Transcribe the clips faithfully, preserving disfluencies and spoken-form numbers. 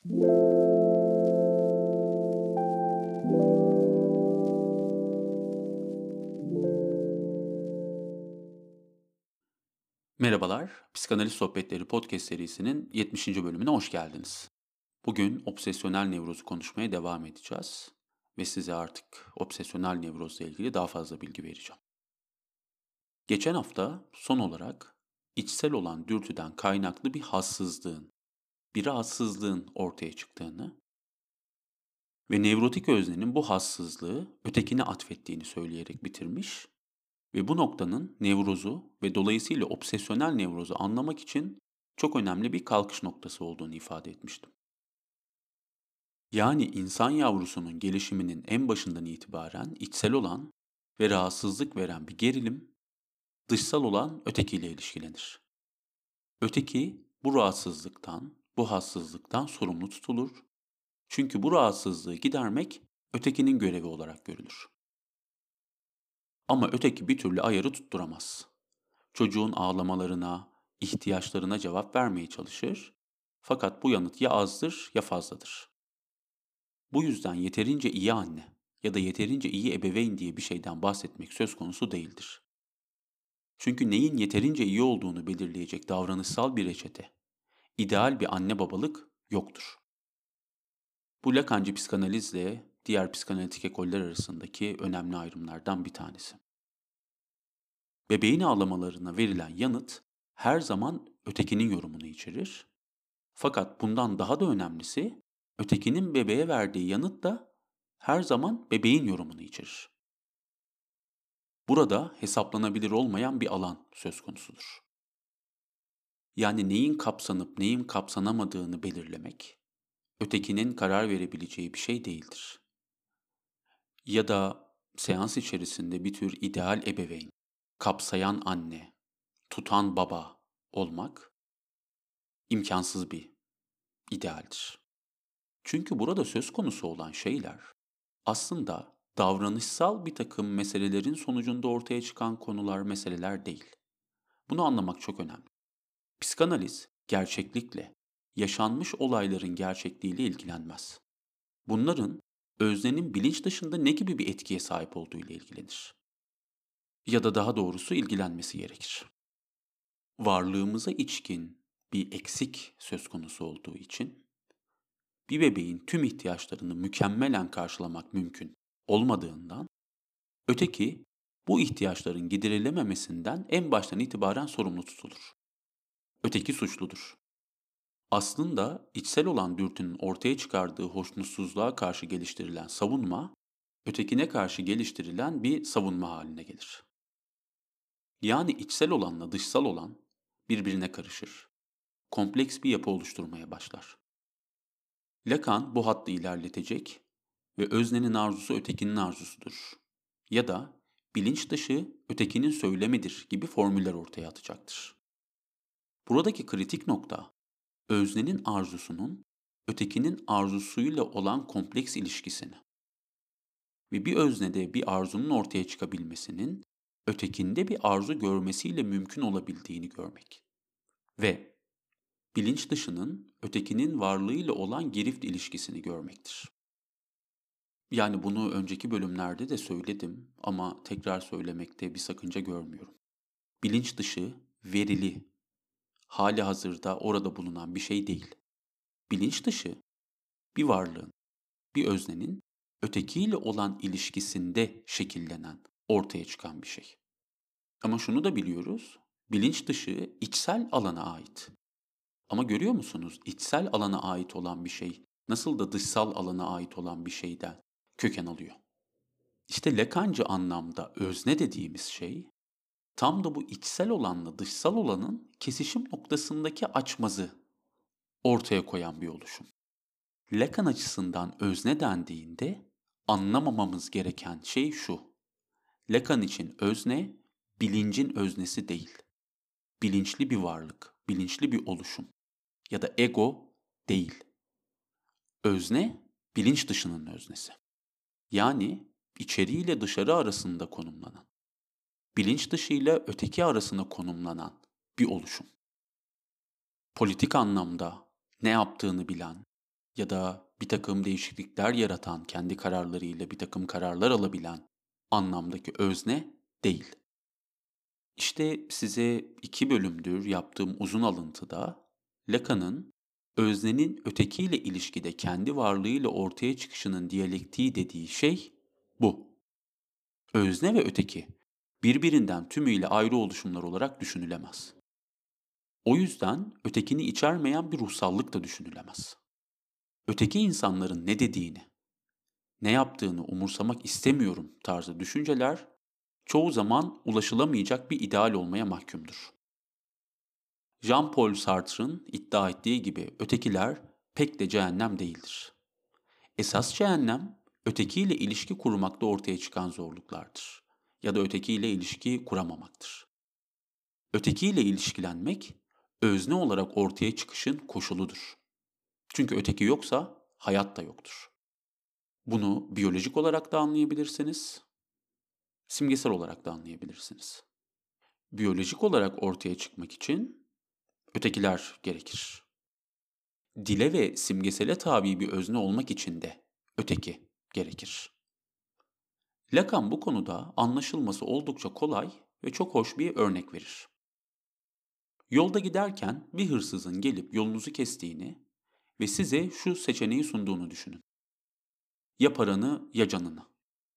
Merhabalar, Psikanaliz Sohbetleri podcast serisinin yetmişinci bölümüne hoş geldiniz. Bugün obsesyonel nevrozu konuşmaya devam edeceğiz ve size artık obsesyonel nevrozla ilgili daha fazla bilgi vereceğim. Geçen hafta son olarak içsel olan dürtüden kaynaklı bir hassızlığın, bir rahatsızlığın ortaya çıktığını ve nevrotik öznenin bu hassızlığı ötekine atfettiğini söyleyerek bitirmiş ve bu noktanın nevrozu ve dolayısıyla obsesyonel nevrozu anlamak için çok önemli bir kalkış noktası olduğunu ifade etmiştim. Yani insan yavrusunun gelişiminin en başından itibaren içsel olan ve rahatsızlık veren bir gerilim, dışsal olan ötekiyle ilişkilenir. Öteki bu rahatsızlıktan, bu hassızlıktan sorumlu tutulur. Çünkü bu rahatsızlığı gidermek ötekinin görevi olarak görülür. Ama öteki bir türlü ayarı tutturamaz. Çocuğun ağlamalarına, ihtiyaçlarına cevap vermeye çalışır. Fakat bu yanıt ya azdır ya fazladır. Bu yüzden yeterince iyi anne ya da yeterince iyi ebeveyn diye bir şeyden bahsetmek söz konusu değildir. Çünkü neyin yeterince iyi olduğunu belirleyecek davranışsal bir reçete, ideal bir anne babalık yoktur. Bu Lacancı psikanalizle diğer psikanalitik ekoller arasındaki önemli ayrımlardan bir tanesi. Bebeğin ağlamalarına verilen yanıt her zaman ötekinin yorumunu içerir. Fakat bundan daha da önemlisi, ötekinin bebeğe verdiği yanıt da her zaman bebeğin yorumunu içerir. Burada hesaplanabilir olmayan bir alan söz konusudur. Yani neyin kapsanıp neyin kapsanamadığını belirlemek, ötekinin karar verebileceği bir şey değildir. Ya da seans içerisinde bir tür ideal ebeveyn, kapsayan anne, tutan baba olmak imkansız bir idealdir. Çünkü burada söz konusu olan şeyler aslında davranışsal bir takım meselelerin sonucunda ortaya çıkan konular, meseleler değil. Bunu anlamak çok önemli. Psikanaliz gerçeklikle, yaşanmış olayların gerçekliğiyle ilgilenmez. Bunların öznenin bilinç dışında ne gibi bir etkiye sahip olduğu ile ilgilenir. Ya da daha doğrusu ilgilenmesi gerekir. Varlığımıza içkin bir eksik söz konusu olduğu için bir bebeğin tüm ihtiyaçlarını mükemmelen karşılamak mümkün olmadığından öteki bu ihtiyaçların giderilememesinden en baştan itibaren sorumlu tutulur. Öteki suçludur. Aslında içsel olan dürtünün ortaya çıkardığı hoşnutsuzluğa karşı geliştirilen savunma, ötekine karşı geliştirilen bir savunma haline gelir. Yani içsel olanla dışsal olan birbirine karışır. Kompleks bir yapı oluşturmaya başlar. Lacan bu hattı ilerletecek ve öznenin arzusu ötekinin arzusudur. Ya da bilinç dışı ötekinin söylemidir gibi formüller ortaya atacaktır. Buradaki kritik nokta, öznenin arzusunun ötekinin arzusuyla olan kompleks ilişkisini ve bir öznede bir arzunun ortaya çıkabilmesinin ötekinde bir arzu görmesiyle mümkün olabildiğini görmek ve bilinç dışının ötekinin varlığıyla olan girift ilişkisini görmektir. Yani bunu önceki bölümlerde de söyledim ama tekrar söylemekte bir sakınca görmüyorum. Bilinç dışı, verili, hali hazırda orada bulunan bir şey değil. Bilinç dışı bir varlığın, bir öznenin ötekiyle olan ilişkisinde şekillenen, ortaya çıkan bir şey. Ama şunu da biliyoruz, bilinç dışı içsel alana ait. Ama görüyor musunuz, içsel alana ait olan bir şey nasıl da dışsal alana ait olan bir şeyden köken alıyor. İşte Lacancı anlamda özne dediğimiz şey, tam da bu içsel olanla dışsal olanın kesişim noktasındaki açmazı ortaya koyan bir oluşum. Lacan açısından özne dendiğinde anlamamamız gereken şey şu. Lacan için özne, bilincin öznesi değil. Bilinçli bir varlık, bilinçli bir oluşum ya da ego değil. Özne, bilinç dışının öznesi. Yani içeriğiyle dışarı arasında konumlanan, bilinç dışıyla öteki arasında konumlanan bir oluşum. Politik anlamda ne yaptığını bilen, ya da bir takım değişiklikler yaratan, kendi kararlarıyla bir takım kararlar alabilen anlamdaki özne değil. İşte size iki bölümdür yaptığım uzun alıntıda Lacan'ın öznenin ötekiyle ilişkide kendi varlığıyla ortaya çıkışının diyalektiği dediği şey bu. Özne ve öteki birbirinden tümüyle ayrı oluşumlar olarak düşünülemez. O yüzden ötekini içermeyen bir ruhsallık da düşünülemez. Öteki insanların ne dediğini, ne yaptığını umursamak istemiyorum tarzı düşünceler çoğu zaman ulaşılamayacak bir ideal olmaya mahkumdur. Jean-Paul Sartre'ın iddia ettiği gibi ötekiler pek de cehennem değildir. Esas cehennem ötekiyle ilişki kurmakta ortaya çıkan zorluklardır ya da ötekiyle ilişki kuramamaktır. Ötekiyle ilişkilenmek özne olarak ortaya çıkışın koşuludur. Çünkü öteki yoksa hayat da yoktur. Bunu biyolojik olarak da anlayabilirsiniz, simgesel olarak da anlayabilirsiniz. Biyolojik olarak ortaya çıkmak için ötekiler gerekir. Dile ve simgesele tabi bir özne olmak için de öteki gerekir. Lacan bu konuda anlaşılması oldukça kolay ve çok hoş bir örnek verir. Yolda giderken bir hırsızın gelip yolunuzu kestiğini ve size şu seçeneği sunduğunu düşünün. Ya paranı ya canını.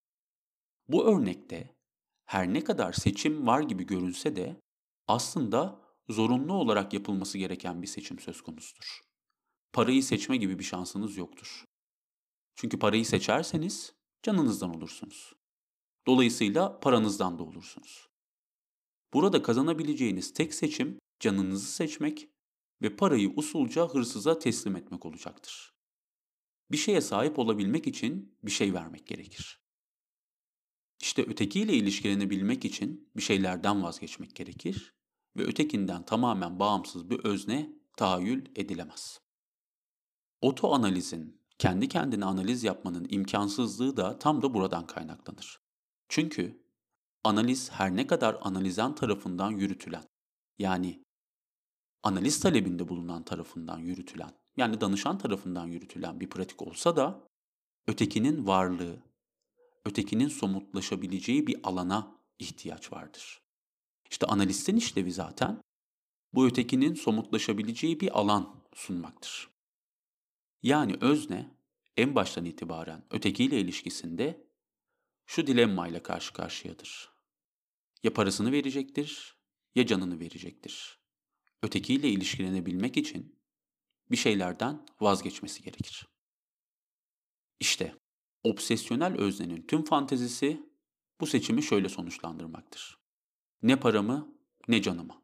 Bu örnekte her ne kadar seçim var gibi görünse de aslında zorunlu olarak yapılması gereken bir seçim söz konusudur. Parayı seçme gibi bir şansınız yoktur. Çünkü parayı seçerseniz canınızdan olursunuz. Dolayısıyla paranızdan da olursunuz. Burada kazanabileceğiniz tek seçim canınızı seçmek ve parayı usulca hırsıza teslim etmek olacaktır. Bir şeye sahip olabilmek için bir şey vermek gerekir. İşte ötekiyle ilişkilenebilmek için bir şeylerden vazgeçmek gerekir ve ötekinden tamamen bağımsız bir özne tahayyül edilemez. Otoanalizin, kendi kendine analiz yapmanın imkansızlığı da tam da buradan kaynaklanır. Çünkü analiz her ne kadar analizan tarafından yürütülen, yani analiz talebinde bulunan tarafından yürütülen, yani danışan tarafından yürütülen bir pratik olsa da ötekinin varlığı, ötekinin somutlaşabileceği bir alana ihtiyaç vardır. İşte analistin işlevi zaten bu ötekinin somutlaşabileceği bir alan sunmaktır. Yani özne en baştan itibaren ötekiyle ilişkisinde şu dilemmayla karşı karşıyadır. Ya parasını verecektir ya canını verecektir. Ötekiyle ilişkilenebilmek için bir şeylerden vazgeçmesi gerekir. İşte obsesyonel öznenin tüm fantezisi bu seçimi şöyle sonuçlandırmaktır. Ne paramı ne canımı.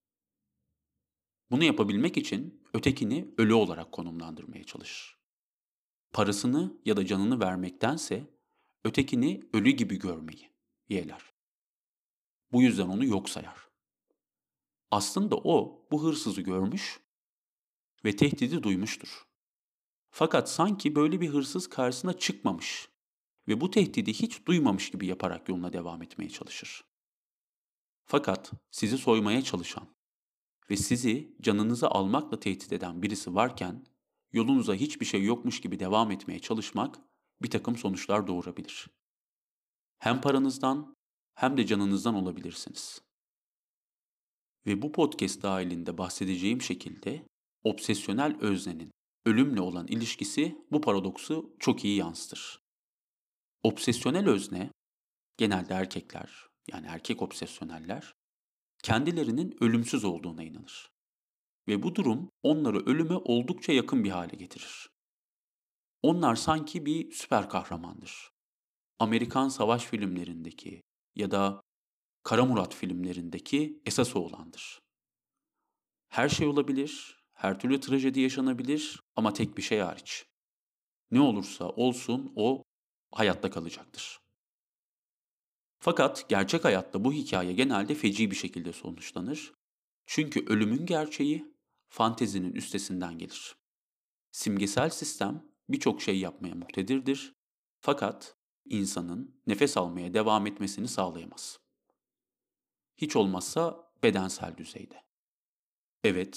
Bunu yapabilmek için ötekini ölü olarak konumlandırmaya çalışır. Parasını ya da canını vermektense ötekini ölü gibi görmeyi yeğler. Bu yüzden onu yok sayar. Aslında o bu hırsızı görmüş ve tehdidi duymuştur. Fakat sanki böyle bir hırsız karşısına çıkmamış ve bu tehdidi hiç duymamış gibi yaparak yoluna devam etmeye çalışır. Fakat sizi soymaya çalışan ve sizi canınızı almakla tehdit eden birisi varken yolunuza hiçbir şey yokmuş gibi devam etmeye çalışmak bir takım sonuçlar doğurabilir. Hem paranızdan hem de canınızdan olabilirsiniz. Ve bu podcast dahilinde bahsedeceğim şekilde obsesyonel öznenin ölümle olan ilişkisi bu paradoksu çok iyi yansıtır. Obsesyonel özne, genelde erkekler, yani erkek obsesyoneller, kendilerinin ölümsüz olduğuna inanır. Ve bu durum onları ölüme oldukça yakın bir hale getirir. Onlar sanki bir süper kahramandır. Amerikan savaş filmlerindeki ya da Kara Murat filmlerindeki esas oğlandır. Her şey olabilir, her türlü trajedi yaşanabilir ama tek bir şey hariç. Ne olursa olsun o hayatta kalacaktır. Fakat gerçek hayatta bu hikaye genelde feci bir şekilde sonuçlanır. Çünkü ölümün gerçeği fantezinin üstesinden gelir. Simgesel sistem birçok şey yapmaya muktedirdir. Fakat insanın nefes almaya devam etmesini sağlayamaz. Hiç olmazsa bedensel düzeyde. Evet,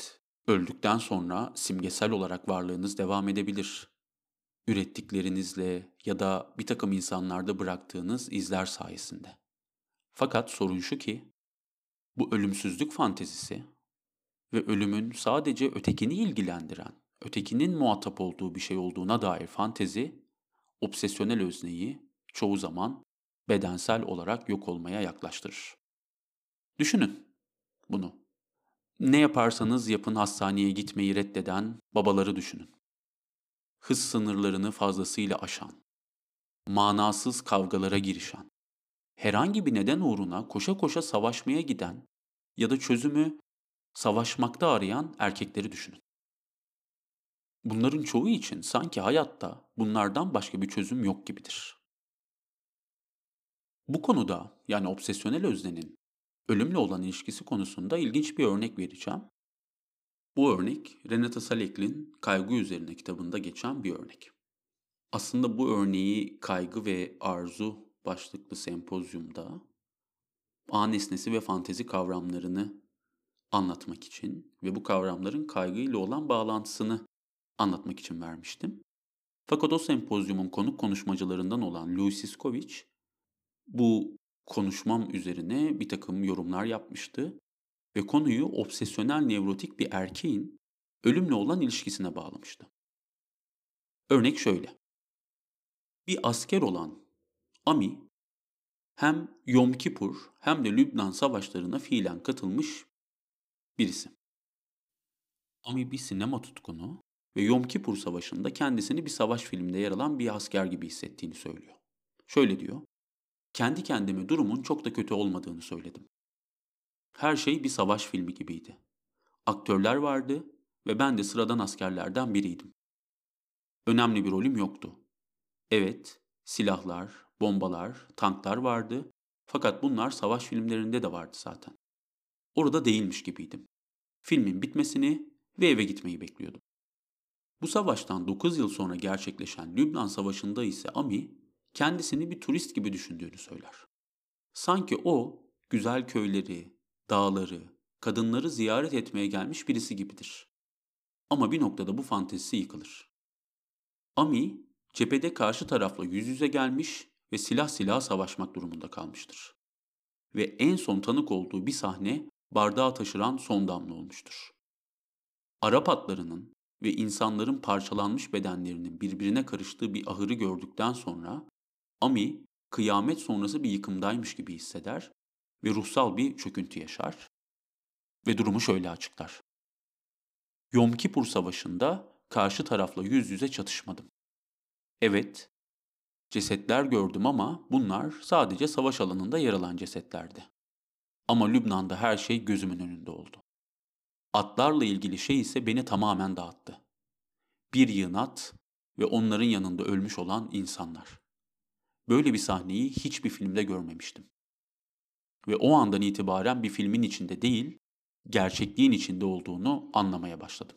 Öldükten sonra simgesel olarak varlığınız devam edebilir. Ürettiklerinizle ya da bir takım insanlarda bıraktığınız izler sayesinde. Fakat sorun şu ki, bu ölümsüzlük fantezisi ve ölümün sadece ötekini ilgilendiren, ötekinin muhatap olduğu bir şey olduğuna dair fantezi, obsesyonel özneyi çoğu zaman bedensel olarak yok olmaya yaklaştırır. Düşünün bunu. Ne yaparsanız yapın hastaneye gitmeyi reddeden babaları düşünün. Hız sınırlarını fazlasıyla aşan, manasız kavgalara girişen, herhangi bir neden uğruna koşa koşa savaşmaya giden ya da çözümü savaşmakta arayan erkekleri düşünün. Bunların çoğu için sanki hayatta bunlardan başka bir çözüm yok gibidir. Bu konuda, yani obsesyonel öznenin ölümle olan ilişkisi konusunda ilginç bir örnek vereceğim. Bu örnek Renata Salek'in Kaygı Üzerine kitabında geçen bir örnek. Aslında bu örneği kaygı ve arzu başlıklı sempozyumda ağ nesnesi ve fantezi kavramlarını anlatmak için ve bu kavramların kaygıyla olan bağlantısını anlatmak için vermiştim. Fakat o sempozyumun konuk konuşmacılarından olan Louis Siskovic bu konuşmam üzerine bir takım yorumlar yapmıştı ve konuyu obsesyonel nevrotik bir erkeğin ölümle olan ilişkisine bağlamıştı. Örnek şöyle. Bir asker olan Ami hem Yom Kipur hem de Lübnan savaşlarına fiilen katılmış birisi. Ami bir sinema tutkunu ve Yom Kipur Savaşı'nda kendisini bir savaş filminde yer alan bir asker gibi hissettiğini söylüyor. Şöyle diyor, kendi kendime durumun çok da kötü olmadığını söyledim. Her şey bir savaş filmi gibiydi. Aktörler vardı ve ben de sıradan askerlerden biriydim. Önemli bir rolüm yoktu. Evet, silahlar, bombalar, tanklar vardı fakat bunlar savaş filmlerinde de vardı zaten. Orada değilmiş gibiydim. Filmin bitmesini ve eve gitmeyi bekliyordum. Bu savaştan dokuz yıl sonra gerçekleşen Lübnan Savaşı'nda ise Ami kendisini bir turist gibi düşündüğünü söyler. Sanki o güzel köyleri, dağları, kadınları ziyaret etmeye gelmiş birisi gibidir. Ama bir noktada bu fantezisi yıkılır. Ami cephede karşı tarafla yüz yüze gelmiş ve silah silaha savaşmak durumunda kalmıştır. Ve en son tanık olduğu bir sahne bardağı taşıran son damla olmuştur. Arap atlarının ve insanların parçalanmış bedenlerinin birbirine karıştığı bir ahırı gördükten sonra Ami kıyamet sonrası bir yıkımdaymış gibi hisseder ve ruhsal bir çöküntü yaşar ve durumu şöyle açıklar. Yom Kipur Savaşı'nda karşı tarafla yüz yüze çatışmadım. Evet, cesetler gördüm ama bunlar sadece savaş alanında yer alan cesetlerdi. Ama Lübnan'da her şey gözümün önünde oldu. Atlarla ilgili şey ise beni tamamen dağıttı. Bir yığın at ve onların yanında ölmüş olan insanlar. Böyle bir sahneyi hiçbir filmde görmemiştim. Ve o andan itibaren bir filmin içinde değil, gerçekliğin içinde olduğunu anlamaya başladım.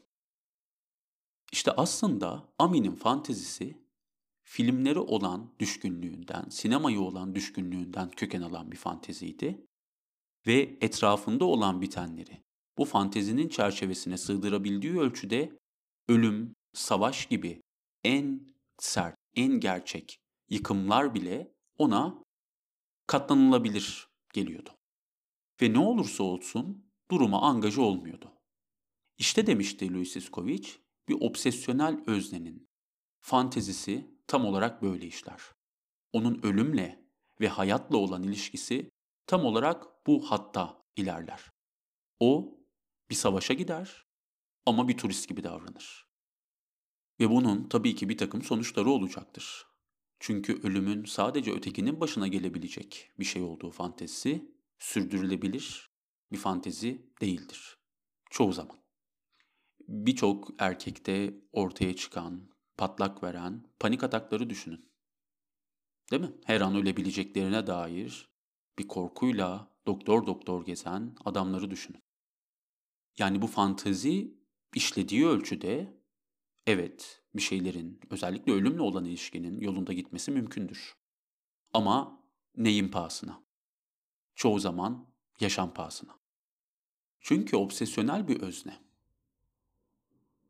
İşte aslında Amin'in fantezisi, filmleri olan düşkünlüğünden, sinemaya olan düşkünlüğünden köken alan bir fanteziydi ve etrafında olan bitenleri bu fantezinin çerçevesine sığdırabildiği ölçüde ölüm, savaş gibi en sert, en gerçek yıkımlar bile ona katlanılabilir geliyordu. Ve ne olursa olsun duruma angaja olmuyordu. İşte demişti Louis Siskovic, bir obsesyonel öznenin fantezisi tam olarak böyle işler. Onun ölümle ve hayatla olan ilişkisi tam olarak bu hatta ilerler. O bir savaşa gider ama bir turist gibi davranır. Ve bunun tabii ki bir takım sonuçları olacaktır. Çünkü ölümün sadece ötekinin başına gelebilecek bir şey olduğu fantezisi sürdürülebilir bir fantezi değildir. Çoğu zaman. Birçok erkekte ortaya çıkan, patlak veren panik atakları düşünün. Değil mi? Her an ölebileceklerine dair bir korkuyla doktor doktor gezen adamları düşünün. Yani bu fantezi işlediği ölçüde evet bir şeylerin özellikle ölümle olan ilişkinin yolunda gitmesi mümkündür. Ama neyin pahasına? Çoğu zaman yaşam pahasına. Çünkü obsesyonel bir özne.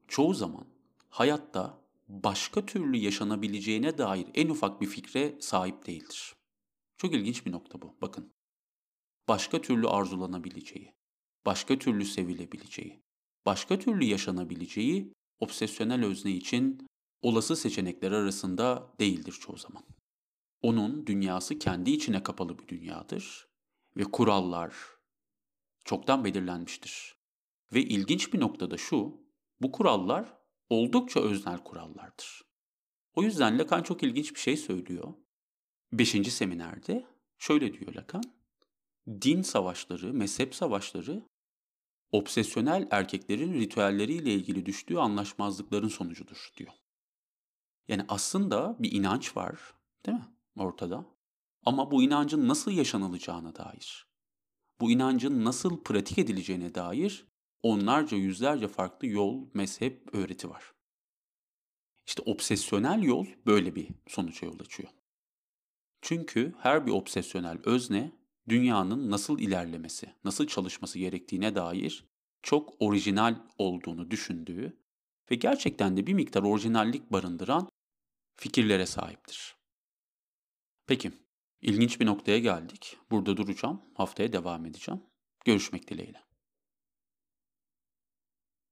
çoğu zaman hayatta başka türlü yaşanabileceğine dair en ufak bir fikre sahip değildir. Çok ilginç bir nokta bu. Bakın, başka türlü arzulanabileceği, başka türlü sevilebileceği, başka türlü yaşanabileceği obsesyonel özne için olası seçenekler arasında değildir çoğu zaman. Onun dünyası kendi içine kapalı bir dünyadır ve kurallar çoktan belirlenmiştir. Ve ilginç bir nokta da şu, bu kurallar oldukça öznel kurallardır. O yüzden Lacan çok ilginç bir şey söylüyor. Beşinci seminerde şöyle diyor Lacan, din savaşları, mezhep savaşları, obsesyonel erkeklerin ritüelleriyle ilgili düştüğü anlaşmazlıkların sonucudur diyor. Yani aslında bir inanç var, değil mi, ortada? Ama bu inancın nasıl yaşanılacağına dair, bu inancın nasıl pratik edileceğine dair onlarca, yüzlerce farklı yol, mezhep, öğreti var. İşte obsesyonel yol böyle bir sonuca yol açıyor. Çünkü her bir obsesyonel özne dünyanın nasıl ilerlemesi, nasıl çalışması gerektiğine dair çok orijinal olduğunu düşündüğü ve gerçekten de bir miktar orijinallik barındıran fikirlere sahiptir. Peki, ilginç bir noktaya geldik. Burada duracağım. Haftaya devam edeceğim. Görüşmek dileğiyle.